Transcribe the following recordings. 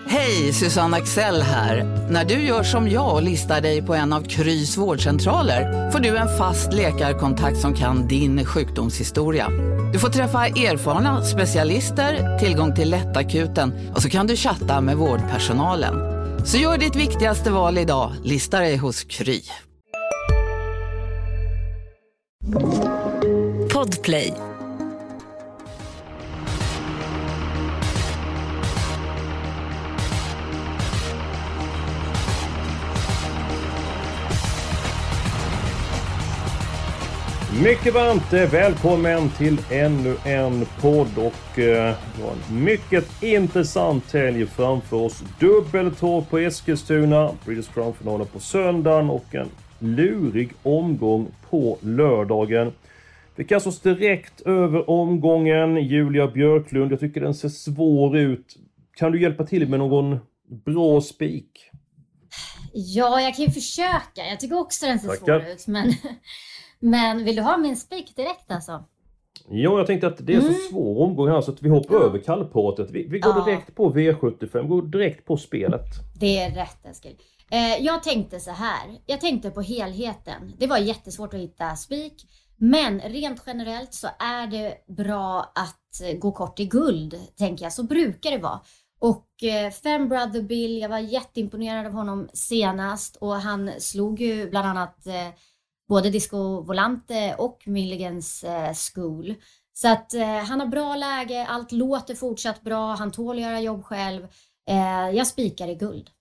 Hej, Susanne Axel här. När du gör som jag och listar dig på en av Krys vårdcentraler får du en fast läkarkontakt som kan din sjukdomshistoria. Du får träffa erfarna specialister, tillgång till lättakuten och så kan du chatta med vårdpersonalen. Så gör ditt viktigaste val idag, lista dig hos Kry. Podplay. Mycket varmt välkommen till ännu en podd och vi har en mycket intressant helg framför oss. Dubbeltorp på Eskilstuna, British Crown-finalen på söndagen och en lurig omgång på lördagen. Vi kastar oss direkt över omgången. Julia Björklund, jag tycker den ser svår ut. Kan du hjälpa till med någon bra spik? Ja, jag kan ju försöka. Jag tycker också den ser Tackar. svår ut, men vill du ha min spik direkt alltså? Ja, jag tänkte att det är så svår omgång här så att vi hoppar över kallpratet. Vi går direkt på V75, går direkt på spelet. Det är rätt, Eskil. Jag tänkte så här. Jag tänkte på helheten. Det var jättesvårt att hitta spik. Men rent generellt så är det bra att gå kort i guld, tänker jag. Så brukar det vara. Och Fem Brother Bill, jag var jätteimponerad av honom senast. Och han slog ju bland annat både Disco Volante och Milligans School. Så att han har bra läge, allt låter fortsatt bra, han tål att göra jobb själv. Jag spikar i guld.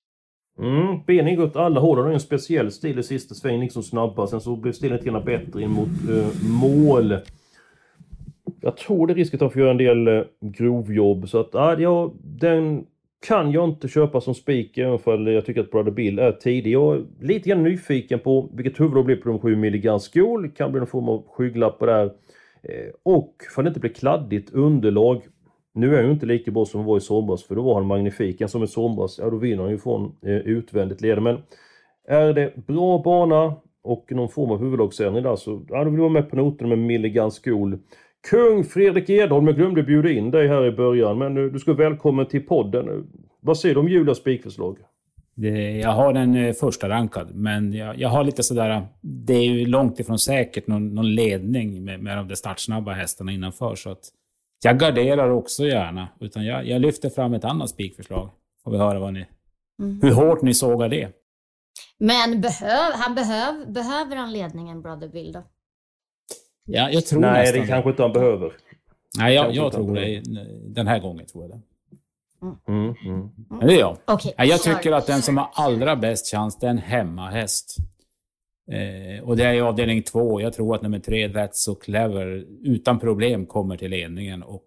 Benen gått alla håll, och en speciell stil i sista sväng, liksom snabba. Sen så blev stilen lite bättre in mot mål. Jag tror det är risken att få göra en del grovjobb. Så att den kan jag inte köpa som spik, även för jag tycker att Brother Bill är tidig. Jag är lite grann nyfiken på vilket huvud det blir på de 7 Milligan School. Kan bli någon form av skygglappar där. Och för att det inte blir kladdigt underlag. Nu är han ju inte lika bra som han var i somras, för då var han magnifik. Som i somras, då vinner han ju från utvändigt led. Men är det bra bana och någon form av huvudlagsändring där, så då vill vi vara med på noten med Milligan School. Kung Fredrik Edholm, jag glömde bjuda in dig här i början, men du ska välkommen till podden. Vad säger du om Julias spikförslag? Jag har den första rankad, men jag har lite sådär, det är ju långt ifrån säkert någon ledning med de där startsnabba hästarna innanför, så att jag garderar också gärna, utan jag lyfter fram ett annat spikförslag. Får vi höra hur hårt ni sågar det. Men behöver han ledningen, Brother Bill då? Ja, jag tror Nej, nästan det kanske inte han behöver. Nej, jag tror det. Den här gången tror jag det. Men det är jag. Okay, jag tycker att den som har allra bäst chans, det är en hemmahäst. Och det är i avdelning 2. Jag tror att nummer 3, That's So Clever, utan problem kommer till ledningen. Och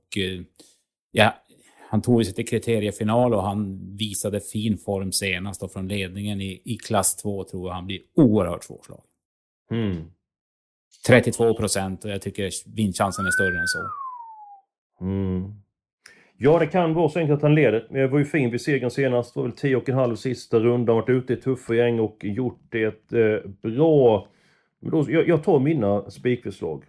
han tog sig till kriteriefinal och han visade fin form senast. Och från ledningen i klass 2 tror jag han blir oerhört svårslag. 32%, och jag tycker vinstchansen är större än så. Ja, det kan vara så enkelt att han leder. Det var ju fin vid segern senast. Det var väl 10,5 sista rundan. Varit ute i tuffa gäng och gjort det bra. Men då, jag tar mina spikförslag.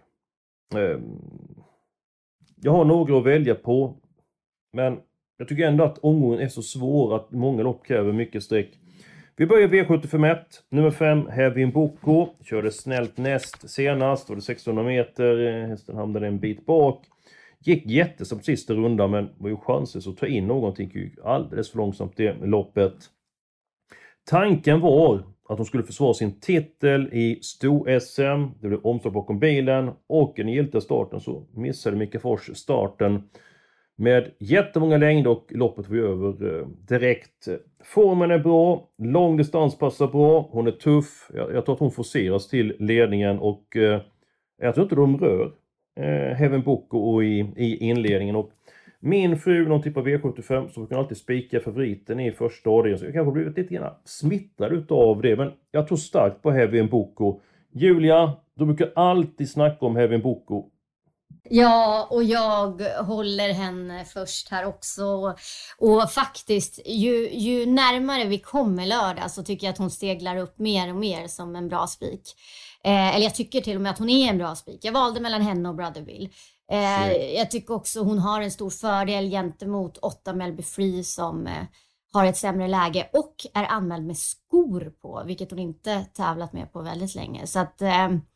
Jag har några att välja på. Men jag tycker ändå att omgången är så svår att många lopp kräver mycket streck. Vi börjar V75-1. Nummer 5, Heavy Boko. Körde snällt näst senast. Var det 600 meter. Hästen hamnade en bit bak. Gick jättesnabbt sista rundan, men var ju chanser att ta in någonting. Gick alldeles för långsamt det loppet. Tanken var att de skulle försvara sin titel i Stor-SM. Det blev omstart bakom bilen. Och i giltiga starten så missade Mika Fors starten. Med jättemånga längder och loppet var över direkt. Formen är bra. Lång distans passar bra. Hon är tuff. Jag tror att hon forceras till ledningen. Och jag tror inte de rör Heaven Boko och i inledningen. Och min fru, någon typ av V75, så kan alltid spika favoriten i första avdelningen. Så jag kanske blivit lite grann smittrad utav det. Men jag tror starkt på Heaven Boko. Julia, du brukar alltid snacka om Heaven Boko. Ja, och jag håller henne först här också. Och faktiskt, ju närmare vi kommer lördag så tycker jag att hon steglar upp mer och mer som en bra spik. Eller jag tycker till och med att hon är en bra spik. Jag valde mellan henne och Brother Bill. Jag tycker också hon har en stor fördel gentemot 8 Melby Free som har ett sämre läge och är anmäld med skor på, vilket hon inte tävlat med på väldigt länge. Så att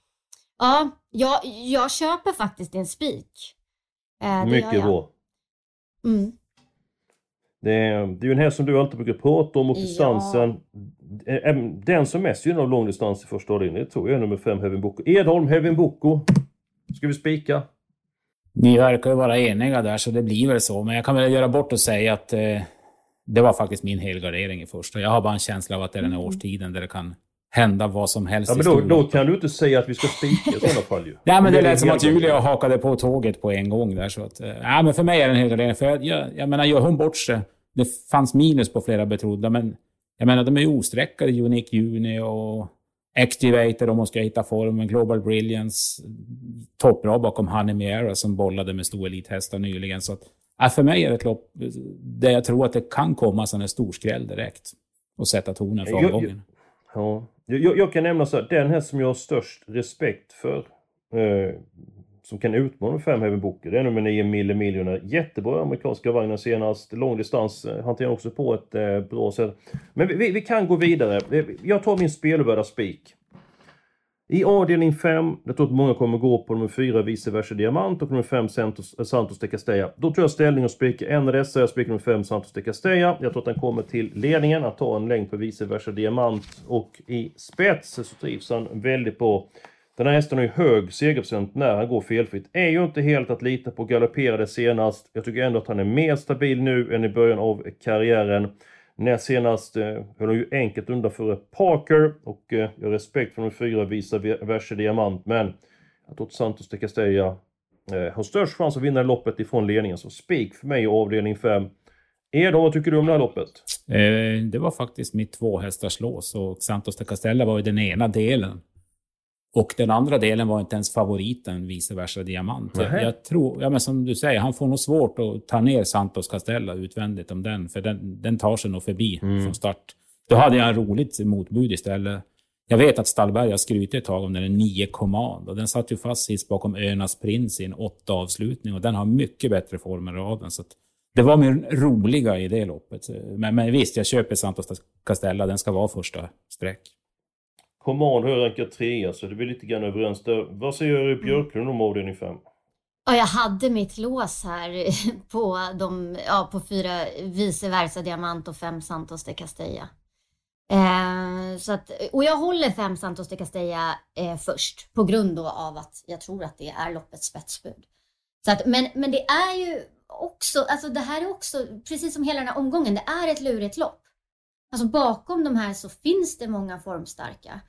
jag köper faktiskt en spik. Mycket bra. Mm. Det är ju en häst som du alltid brukar prata om och distansen. Den som mest gynnar av långdistans i första avdelningen, det tror jag är nummer 5 Heaven Boko. Edholm Heaven Boko. Ska vi spika? Ni verkar ju vara eniga där, så det blir väl så. Men jag kan väl göra bort och säga att det var faktiskt min helgardering i första. Jag har bara en känsla av att det är den här årstiden där det kan hända vad som helst. Ja, men då kan du inte säga att vi ska spika i sådana fall ju. Nej, men det lät som att Julia hakade på tåget på en gång där. Så att, men för mig är det en helgardering. För jag menar, gör hon bort sig. Det fanns minus på flera betrodda, men jag menar, de är ju osträckade. Unique Juni och Activator, om man ska hitta formen. Global Brilliance, toppbra bakom Honey Miera som bollade med stor elithästar nyligen. Så att, för mig är det ett lopp där jag tror att det kan komma sån här stor skräll direkt och sätta tonen för omgången. Jag kan nämna så här, den här som jag har störst respekt för, som kan utmana 5 Heaven Booker, det är nummer 9 Mille Millionaire. Jättebra amerikanska vagnar senast. Långdistans hanterar också på ett bra sätt. Men vi kan gå vidare. Jag tar min spelvärda spik. I avdelning 5, jag tror att många kommer gå på nummer 4 Vice Versa Diamant och nummer 5 Santos de Castella. Då tror jag ställning och spikar en av dessa. Jag spikar nummer 5 Santos de Castella. Jag tror att den kommer till ledningen. Att ta en längd på Vice Versa Diamant. Och i spets så trivs han väldigt på. Den här hästen har ju hög segerprocent när han går felfritt. Är ju inte helt att lita på, galopperade senast. Jag tycker ändå att han är mer stabil nu än i början av karriären. När senast höll han ju enkelt undan för Parker. Och jag har respekt för de 4 Visa Versa Diamant. Men jag tror att Santos de Castella har störst chans att vinna loppet ifrån ledningen. Så spik för mig i avdelning 5. Edholm, vad tycker du om det här loppet? Det var faktiskt mitt 2 hästars lås. Och Santos de Castella var ju den ena delen. Och den andra delen var inte ens favoriten, Vice Versa Diamant. Jag tror, men som du säger, han får nog svårt att ta ner Santos Castella utvändigt om den. För den tar sig nog förbi från start. Då hade jag en roligt motbud istället. Jag vet att Stallberg har skrytit ett tag om den 9 Command. Och den satt ju fast sist bakom Önas Prins i en 8 avslutning. Och den har mycket bättre former av den. Så att det var mer roliga i det loppet. Men visst, jag köper Santos Castella. Den ska vara första streck. Command hör rankad 3, så det blir lite grann överens där. Vad säger Björklund om avdelning 5? Ja, jag hade mitt lås här på 4 Vice Versa Diamant och 5 Santos de Castella. Och jag håller 5 Santos de Castella först på grund av att jag tror att det är loppets spetsbud. Så att, men det är ju också, alltså det här är också, precis som hela den här omgången, det är ett lurigt lopp. Alltså bakom de här så finns det många formstarka.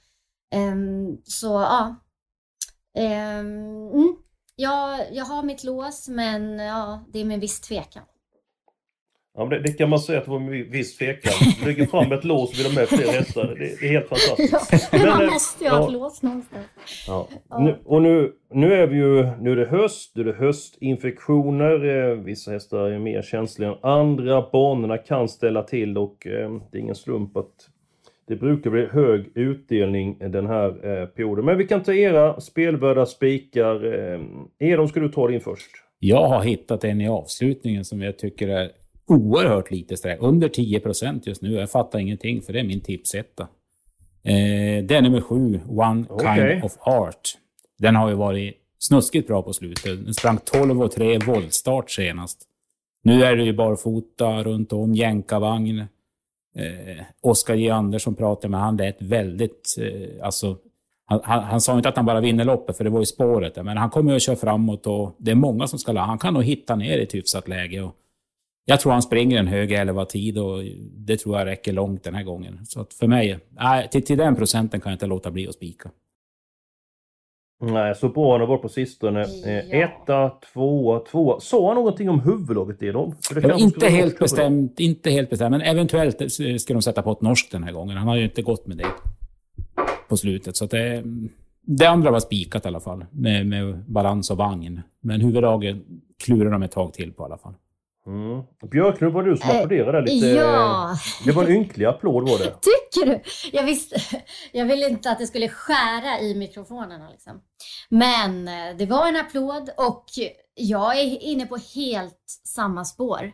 Jag har mitt lås, men det är med viss tvekan. Ja, men det kan man säga att det var med viss tvekan. Du lägger fram ett lås och vill ha med fler hästar. Det är helt fantastiskt. Man måste ju ha ett lås någonstans. Ja. Nu är det höst. Nu är det höstinfektioner. Vissa hästar är mer känsliga än andra. Banorna kan ställa till och det är ingen slump att det brukar bli hög utdelning den här perioden. Men vi kan ta era spelvärda spikar. Edholm, ska du ta din först? Jag har hittat en i avslutningen som jag tycker är oerhört lite sträck. Under 10% just nu. Jag fattar ingenting, för det är min tipsetta. Det är nummer 7, One Kind of Art. Den har ju varit snuskigt bra på slutet. Den sprang 12,3 voltstart senast. Nu är det ju barfota runt om, jänkarvagn. Oskar J. Andersson pratade med han, lät väldigt han sa inte att han bara vinner loppet, för det var ju spåret, men han kommer ju att köra framåt och det är många som ska han kan nog hitta ner i ett hyfsat läge och jag tror han springer en hög 11-tid och det tror jag räcker långt den här gången. Så att för mig, till den procenten kan jag inte låta bli att spika. Nej, så bra han har varit på sistone. 1, 2. Sa han någonting om huvudlaget i dem? Inte helt bestämt, men eventuellt ska de sätta på ett norskt den här gången. Han har ju inte gått med det på slutet. Så att det andra var spikat i alla fall, med balans och vagn. Men huvudlaget klurar de ett tag till på i alla fall. Björklund, var du som applåderade lite? Ja. Det var en ynklig applåd, var det? Tycker du? Jag ville inte att det skulle skära i mikrofonerna liksom. Men det var en applåd och jag är inne på helt samma spår.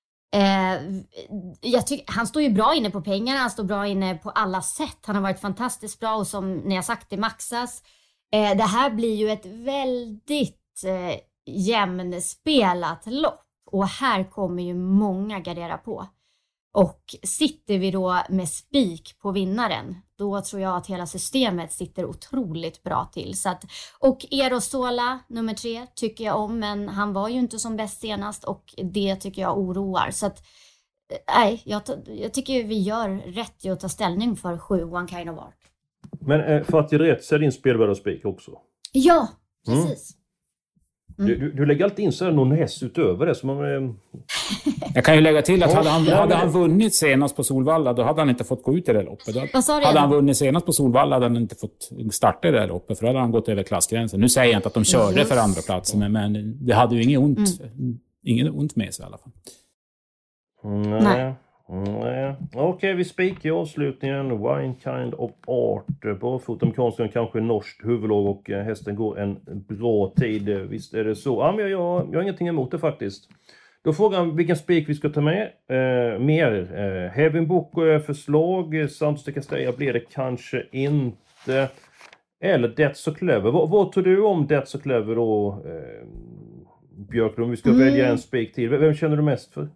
Jag tycker, han står ju bra inne på pengarna, han står bra inne på alla sätt. Han har varit fantastiskt bra och som ni har sagt, det maxas. Det här blir ju ett väldigt jämnspelat lopp. Och här kommer ju många gardera på. Och sitter vi då med spik på vinnaren, då tror jag att hela systemet sitter otroligt bra till. Så att, och Erosola, nummer 3, tycker jag om, men han var ju inte som bäst senast och det tycker jag oroar. Så att, nej, jag tycker vi gör rätt i att ta ställning för 7 One Kind of Art. Men för att ge rätt så är din spelvärda spik också? Ja, precis. Du lägger alltid in så någon häst utöver det. Som Jag kan ju lägga till att hade han vunnit senast på Solvalla, då hade han inte fått gå ut i det loppet. Hade han vunnit senast på Solvalla hade han inte fått starta i det loppet, för då hade han gått över klassgränsen. Nu säger jag inte att de körde för andra platsen, men det hade ju ingen ont med sig i alla fall. Nej. Okej, vi spikar i avslutningen. One Kind of Art. Barfotamerikanska, kanske norskt huvudlag och hästen går en bra tid. Visst är det så. Ja, men jag har ingenting emot det faktiskt. Då frågar han vilken spik vi ska ta med. Mer. Heaven Book förslag. Santos de Castella blir det kanske inte. Eller That's So Clever. Vad tror du om That's So Clever då? Björklund, vi ska välja en spik till. Vem känner du mest för?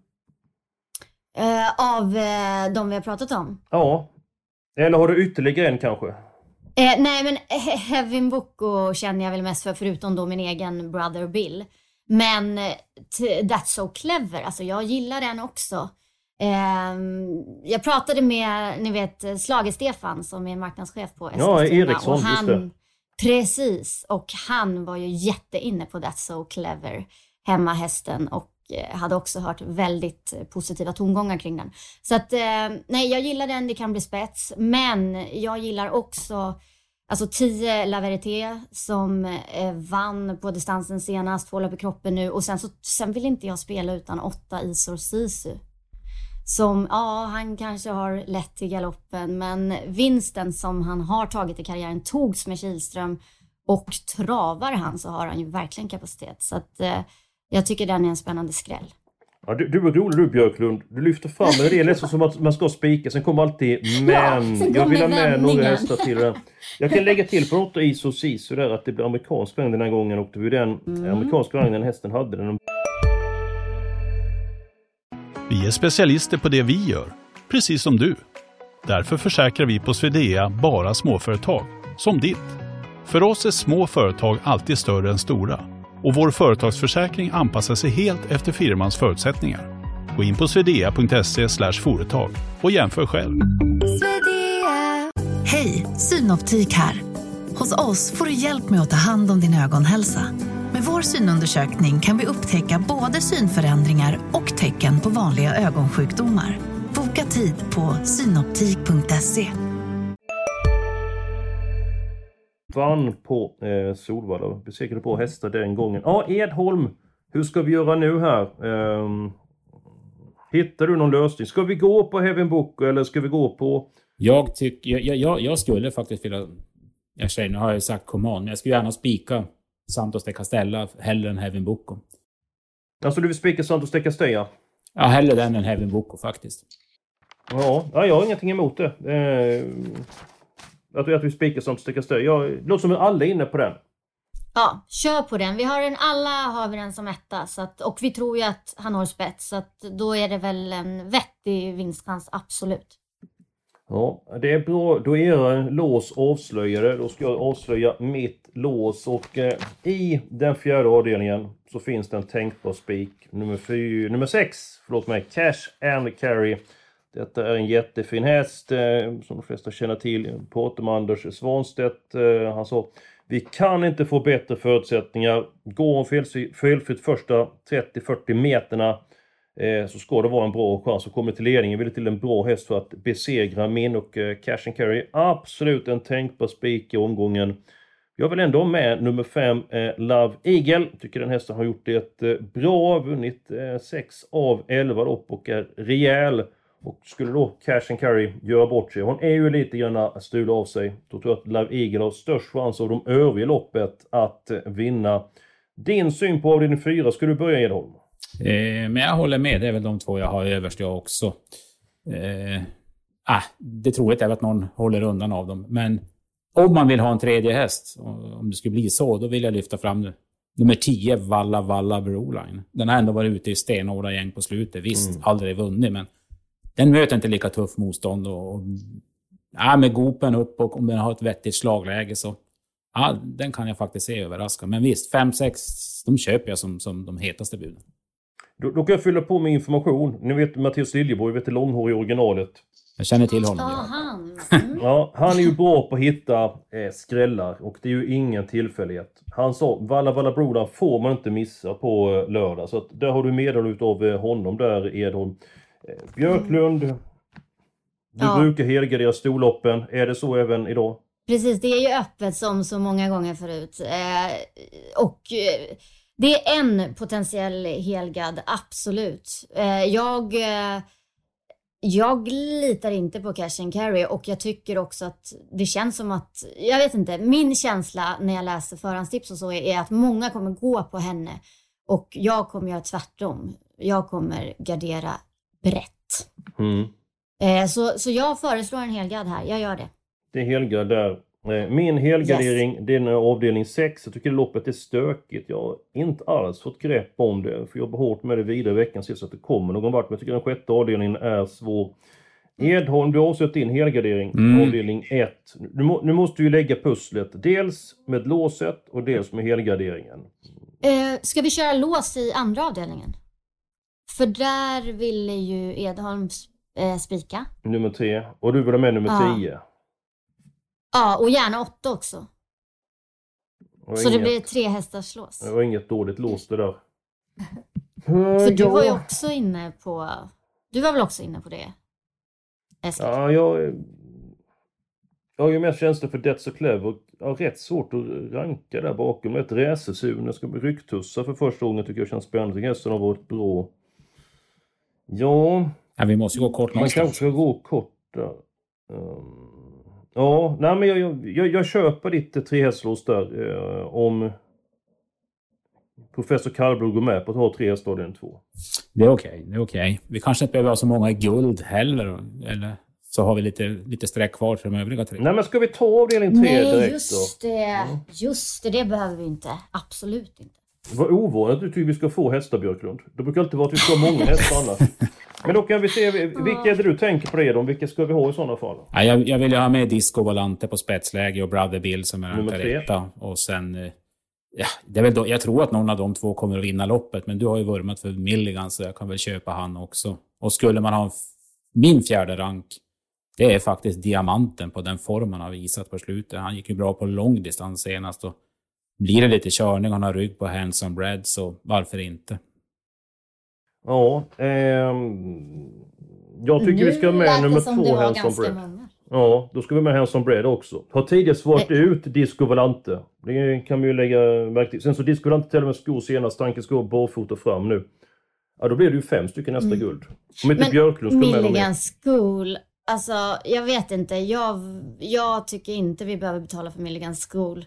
Av de vi har pratat om? Ja. Eller har du ytterligare en kanske? Nej, men Heaven Book känner jag väl mest för, förutom då min egen brother Bill. Men That's So Clever, alltså jag gillar den också. Jag pratade med, ni vet, Slage Stefan som är marknadschef på Eskilstuna. Ja, Eriksson, och han, precis, och han var ju jätteinne på That's So Clever, hemmahästen, och hade också hört väldigt positiva tongångar kring den. Så att, nej, jag gillar den, det kan bli spets. Men jag gillar också, alltså 10 La Verité som vann på distansen senast, 2 lopp i kroppen nu. Och sen vill inte jag spela utan 8 Isor Sisu. Som, ja, han kanske har lätt till galoppen, men vinsten som han har tagit i karriären togs med Kihlström, och travar han så har han ju verkligen kapacitet. Så att jag tycker den är en spännande skräll. Ja, du är rolig du, Björklund. Du lyfter fram en del nästan som att man ska spika. Sen kommer alltid men. Jag vill ha med några hästar till den. Jag kan lägga till på 8 Isor Sisu där att det blir amerikansk vagn den här gången. Och det var den amerikanska vagnen hästen hade den. Vi är specialister på det vi gör, precis som du. Därför försäkrar vi på Swedea bara småföretag, som ditt. För oss är små företag alltid större än stora. Och vår företagsförsäkring anpassar sig helt efter firmans förutsättningar. Gå in på swedea.se/företag och jämför själv. Hej, Synoptik här. Hos oss får du hjälp med att ta hand om din ögonhälsa. Med vår synundersökning kan vi upptäcka både synförändringar och tecken på vanliga ögonsjukdomar. Boka tid på synoptik.se. Vann på Solvalla. Besegrade på hästar den gången. Ja, Edholm. Hur ska vi göra nu här? Hittar du någon lösning? Ska vi gå på Heaven Book eller ska vi gå på... Jag skulle faktiskt vilja... nu har jag sagt come on. Jag skulle gärna spika Santos de Castella hellre än Heaven Book. Alltså du vill spika Santos de Castella? Ja, hellre den än Heaven Book faktiskt. Ja, jag har ingenting emot det. Jag tror att vi spikar Santos de Castella. Det låter som att alla är inne på den. Ja, kör på den. Alla har vi den som etta. Så att, och vi tror ju att han har spets. Så att då är det väl en vettig vinstchans, absolut. Ja, det är bra. Då är era lås avslöjade. Då ska jag avslöja mitt lås. Och i den fjärde avdelningen så finns det en tänkbar spik. Nummer 6, Cash and Carry. Detta är en jättefin häst som de flesta känner till. Pratar med Anders Svanstedt. Han sa, vi kan inte få bättre förutsättningar. Går om felfritt första 30-40 meterna så ska det vara en bra chans att komma till ledningen. Vill till en bra häst för att besegra min och Cash and Carry. Absolut en tänkbar spik i omgången. Jag vill ändå med nummer 5 Love Eagle. Tycker den hästen har gjort det bra. Vunnit 6 av 11 lopp och är rejäl. Och skulle då Cash and Carry göra bort sig, hon är ju lite grann stula av sig, då tror jag att Live Eagle har störst chans av de övriga loppet att vinna. Din syn på avdelning 4, ska du börja Edholm? Men jag håller med, det är väl de två jag har överst jag också. Det tror jag är att någon håller undan av dem. Men om man vill ha en tredje häst, om det skulle bli så, då vill jag lyfta fram nummer 10, Valla Broline. Den har ändå varit ute i stenhårda gäng på slutet. Visst, aldrig vunnit, men den möter inte lika tuff motstånd. Med gopen upp, och om den har ett vettigt slagläge så den kan jag faktiskt se överraska. Men visst, 5-6, de köper jag som de hetaste buden. Då kan jag fylla på med information. Ni vet Mattias Liljeborg, vet långhår i originalet. Jag känner till honom. Ja, han är ju bra på att hitta skrällar, och det är ju ingen tillfällighet. Han sa, Valla Broline får man inte missa på lördag. Så att där har du medel av honom där, Edholm. Björklund, du brukar helgardera storloppen. Är det så även idag? Precis, det är ju öppet som så många gånger förut. Det är en potentiell helgard, absolut. Jag litar inte på Cash and Carry, och jag tycker också att det känns som att, jag vet inte, min känsla när jag läser förhandstips och så är att många kommer gå på henne, och jag kommer göra tvärtom. Jag kommer gardera brett. Så jag föreslår en helgard här, jag gör det. Det är helgard där. Min helgardering, det är avdelning 6. Jag tycker loppet är stökigt. Jag har inte alls fått grepp om det. För jag jobbar hårt med det vidare veckan så att det kommer någon vart. Men jag tycker den sjätte avdelningen är svår. Edholm, du har avsett din helgardering. Avdelning 1. Nu måste du ju lägga pusslet. Dels med låset och dels med helgarderingen. Ska vi köra lås i andra avdelningen? För där ville ju Edholm spika. Nummer 3. Och du vill ha med nummer 10. Ja, och gärna 8 också. Så det blir 3 hästars lås. Det var inget dåligt lås det där. För du var ju också inne på... Du var väl också inne på det, Eskil? Ja, jag har ju mest känsla för That's So Clever. Jag har rätt svårt att ranka där bakom. Ett räsesun. Ska bli rycktussa för första gången, tycker jag känns spännande. Hästen har varit bra. Ja, vi måste gå kort någonstans. Man kanske ska gå kort där. Ja, nej men jag köper ditt 3 hästlås där. Om professor Kallblod går med på att ha 3 hästar den 2. Det är okej. Vi kanske inte behöver ha så många guld heller. Eller så har vi lite streck kvar för de övriga 3. Nej, men ska vi ta avdelning 3 direkt då? Just det behöver vi inte. Absolut inte. Vad ovanligt du tycker vi ska få hästar, Björklund. Det brukar alltid vara att vi ska ha många hästar annars. Men då kan vi se, vilka är det du tänker på det då? Vilka ska vi ha i sådana fall? Ja, jag vill ju ha med Disco Volante på spetsläge och Brother Bill som är nummer 3. Och sen, det är väl då, jag tror att någon av de 2 kommer att vinna loppet, men du har ju vurmat för Milligan så jag kan väl köpa han också. Och skulle man ha min 4:e rank, det är faktiskt Diamanten på den form han har visat på slutet. Han gick ju bra på långdistans senast, och blir det lite körning, han har rygg på Hands on Bread, så varför inte? Ja, jag tycker vi ska ha med nummer 2 Hands on Bread. Många. Ja, då ska vi med Hands on Bread också. Har tidigare svarat ut Disco Volante. Det kan vi ju lägga märke till. Sen så Disco Volante till och med skor senast. Tanken ska gå barfota fram nu. Ja, då blir det ju 5 stycken nästa guld. Om inte Björklund ska med Milligan School, alltså jag vet inte. Jag tycker inte vi behöver betala för Milligan School.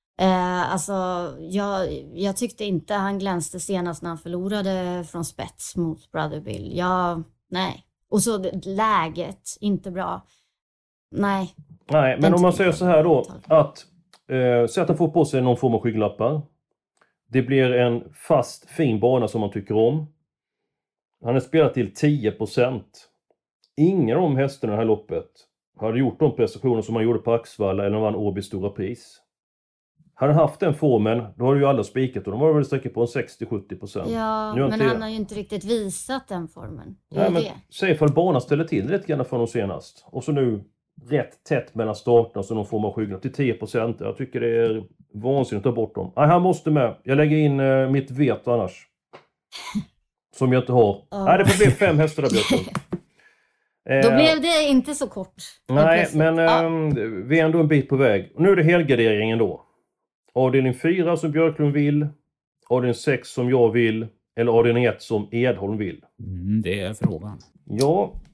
Jag tyckte inte han glänste senast när han förlorade från spets mot Brother Bill. Nej. Och så läget, inte bra. Nej, men om man säger så här då, att så att han får på sig någon form av skygglappar. Det blir en fast, fin bana som man tycker om. Han är spelat till 10%. Ingen av de hästarna i det här loppet hade gjort de prestationer som han gjorde på Axvalla eller vann Åby Stora Pris. Hade han haft den formen, då har ju alla spikat och de var väl sträckt på en 60-70%. Ja, men han har ju inte riktigt visat den formen. Nej, men säg ifall banan ställer till lite grann från de senast. Och så nu rätt tätt mellan starterna så någon form av skygglapp till 10%. Jag tycker det är vansinnigt att ta bort dem. Nej, han måste med. Jag lägger in mitt veto annars. Som jag inte har. Nej, det får bli 5 hästar där, Björklund. Då blev det inte så kort. Nej, men vi är ändå en bit på väg. Och nu är det helgarderingen då. Avdelning 4 som Björklund vill. Avdelning 6 som jag vill. Eller avdelning 1 som Edholm vill. Det är frågan. Ja,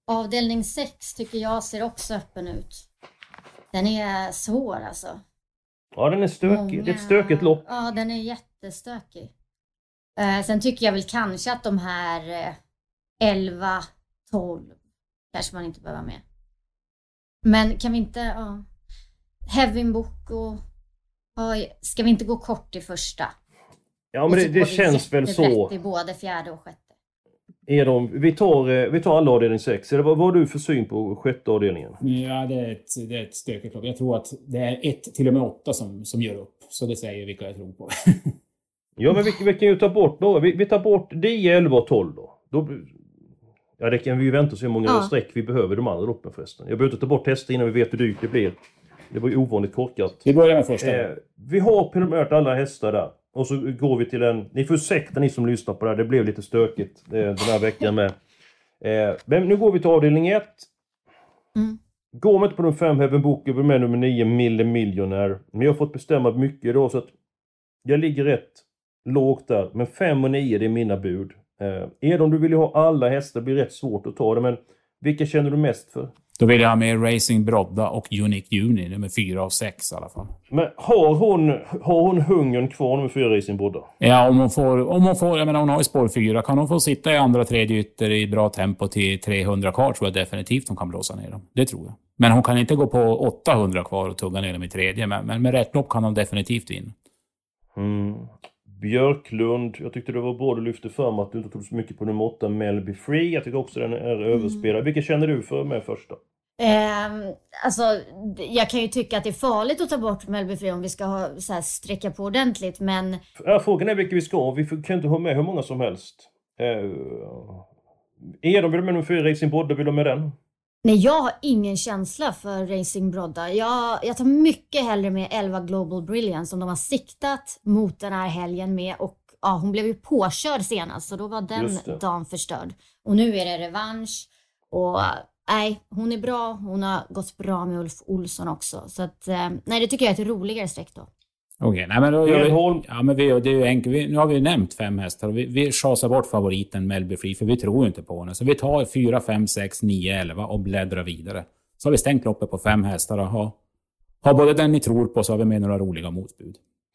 Avdelning 6 tycker jag ser också öppen ut. Den är svår alltså. Ja, den är stökig. Det är ett stökigt lopp. Ja, den är jättestökig. Sen tycker jag väl kanske att de här 11, 12 kanske man inte behöver med. Men kan vi inte... Heavy Boko. Ska vi inte gå kort i första? Ja, men det känns väl så. I både fjärde och sjätte. Vi tar alla avdelning 6. Vad har du för syn på sjätte avdelningen? Ja, det är ett stökigt lopp. Jag tror att det är 1 till och med 8 som gör upp. Så det säger vilka jag tror på. Ja, men vi kan ju ta bort då. Vi tar bort 10, 11 och 12 då. Ja, det kan vi ju vänta och se hur många streck vi behöver de andra loppen förresten. Jag behöver inte ta bort tester innan vi vet hur dyrt det blir. Det var ju ovanligt korkat. Vi börjar med första. Vi har primärt alla hästar där. Och så går vi till ni får ursäkta ni som lyssnar på det här. Det blev lite stökigt den här veckan med. Men nu går vi till avdelning 1. Går man inte på de 5 Heaven Boko med nummer 9 Mille Millionaire. Men jag har fått bestämma mycket då så att jag ligger rätt lågt där. Men 5 och 9 det är mina bud. Om du vill ha alla hästar blir rätt svårt att ta det. Men vilka känner du mest för? Då vill jag ha med Racing Brodda och Unique Juni, nummer 4 av 6 i alla fall. Men har hon hungern kvar nummer 4 Racing Brodda? Ja, om hon får, jag menar hon har ju spår 4. Kan hon få sitta i andra, tredje ytter i bra tempo till 300 kvar tror jag definitivt hon kan blåsa ner dem. Det tror jag. Men hon kan inte gå på 800 kvar och tugga ner dem i tredje. Men med rätt lopp kan hon definitivt vinna. Björklund, jag tyckte det var bra du lyfte fram att du inte tog så mycket på nummer 8 Melby Free. Jag tycker också den är överspelad. Vilka känner du för med första? Alltså, jag kan ju tycka att det är farligt att ta bort Melby Free om vi ska sträcka på ordentligt, men... Ja, frågan är vilka vi ska. Vi kan inte ha med hur många som helst. Vill de med nummer 4 Racing Brodda, vill de med den? Nej, jag har ingen känsla för Racing Brodda. Jag tar mycket hellre med 11 Global Brilliance som de har siktat mot den här helgen med. Och hon blev ju påkörd senast så då var den dagen förstörd. Och nu är det revansch. Och nej, hon är bra. Hon har gått bra med Ulf Olsson också. Så att, nej, det tycker jag är ett roligare streck då. Okej, nej men då det är ju enkelt. Nu har vi nämnt 5 hästar och vi chasar bort favoriten Melby Free för vi tror ju inte på henne. Så vi tar 4, 5, 6, 9, 11 och bläddrar vidare. Så har vi stängt loppet på 5 hästar och har både den ni tror på så har vi med några roliga motbud.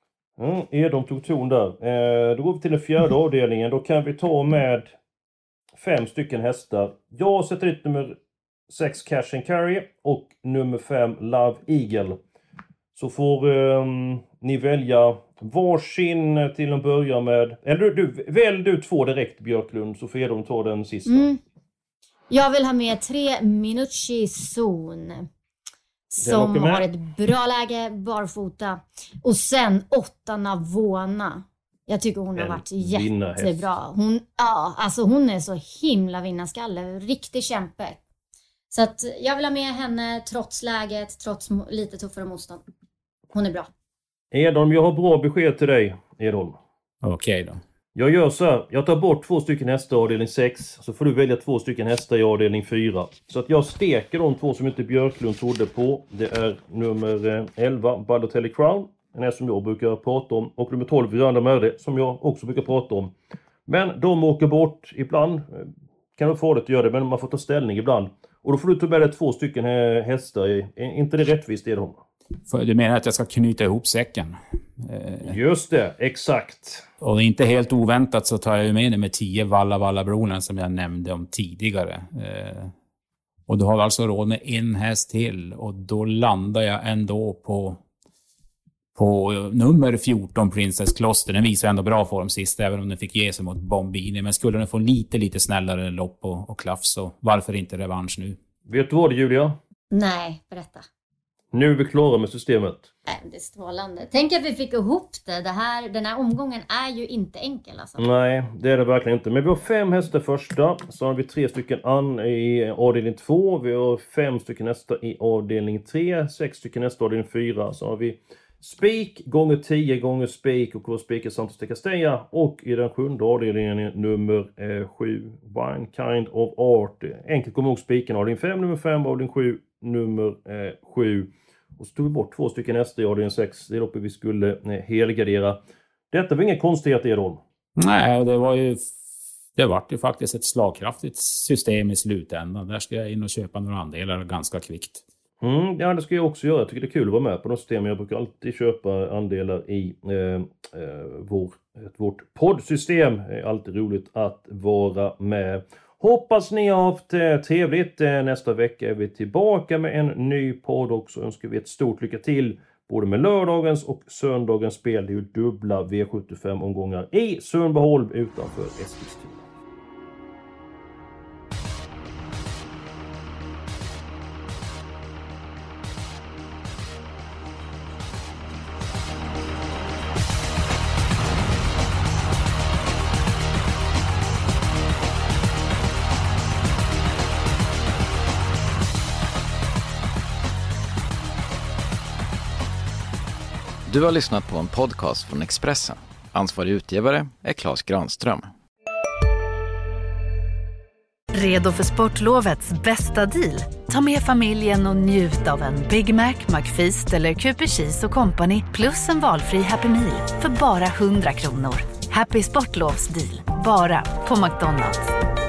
De tog ton där. Då går vi till den fjärde avdelningen. Då kan vi ta med 5 stycken hästar. Jag sätter dit nummer 6 Cash and Carry och nummer 5 Love Eagle. Så får ni välja varsin till att börja med. Eller välj du 2 direkt Björklund så får de ta den sista. Jag vill ha med 3 Minucci Zone. Som har ett bra läge barfota. Och sen 8 Navona. Jag tycker hon har varit jättebra. Hon är så himla vinnarskalle. Riktig kämpe. Så att jag vill ha med henne trots läget, trots lite tuffare motstånd. Hon är bra. Edholm, jag har bra besked till dig, Edholm. Okej då. Jag gör så här. Jag tar bort 2 stycken hästar i avdelning 6. Så får du välja 2 stycken hästar i avdelning 4. Så att jag steker de 2 som inte Björklund trodde på. Det är nummer 11, Balotelli Crown. Den är som jag brukar prata om. Och nummer 12, Viranda Merde, som jag också brukar prata om. Men de åker bort ibland. Kan vara farligt att göra det, men man får ta ställning ibland. Och då får du ta med dig 2 stycken hästar i. Är inte det rättvist, Edholm? Du menar att jag ska knyta ihop säcken? Just det, exakt. Och inte helt oväntat så tar jag ju med det med 10 Valla Brolen som jag nämnde om tidigare. Och då har vi alltså råd med 1 häst till. Och då landar jag ändå på nummer 14 Princess Kloster. Den visar ändå bra form sist även om den fick ge sig mot Bombini. Men skulle den få lite snällare lopp och klaff så varför inte revansch nu? Vet du vad, Julia? Nej, berätta. Nu är vi klara med systemet. Det är strålande. Tänk att vi fick ihop det. Den här omgången är ju inte enkel alltså. Nej, det är det verkligen inte. Men vi har 5 hästar första. Så har vi 3 stycken i avdelning 2. Vi har 5 stycken hästar i avdelning 3. 6 stycken hästar i avdelning 4. Så har vi spik gånger 10 gånger spik och spik är Santos de Castella. Och i den 7:e avdelningen nummer 7 One Kind of Art. Enkelt kommer ihåg spiken avdelning 5, nummer 5, avdelning 7, nummer 7. Och så tog vi bort 2 stycken hästar i avdelning 6. Det är loppet vi skulle helgardera. Detta var inga konstigheter, Edholm. Nej, det var ju det vart ju faktiskt ett slagkraftigt system i slutändan. Där ska jag in och köpa några andelar ganska kvickt. Ja, det ska jag också göra. Jag tycker det är kul att vara med på något system. Jag brukar alltid köpa andelar i vårt poddsystem. Det är alltid roligt att vara med. Hoppas ni har haft trevligt. Nästa vecka är vi tillbaka med en ny podd och så önskar vi ett stort lycka till både med lördagens och söndagens spel. Det är ju dubbla V75-omgångar i Sundbyholm utanför Eskilstuna. Du har lyssnat på en podcast från Expressen. Ansvarig utgivare är Claes Granström. Redo för sportlovets bästa deal? Ta med familjen och njut av en Big Mac, McFeast eller Cooper Cheese och Company plus en valfri Happy Meal för bara 100 kronor. Happy Sportlovs deal, bara på McDonald's.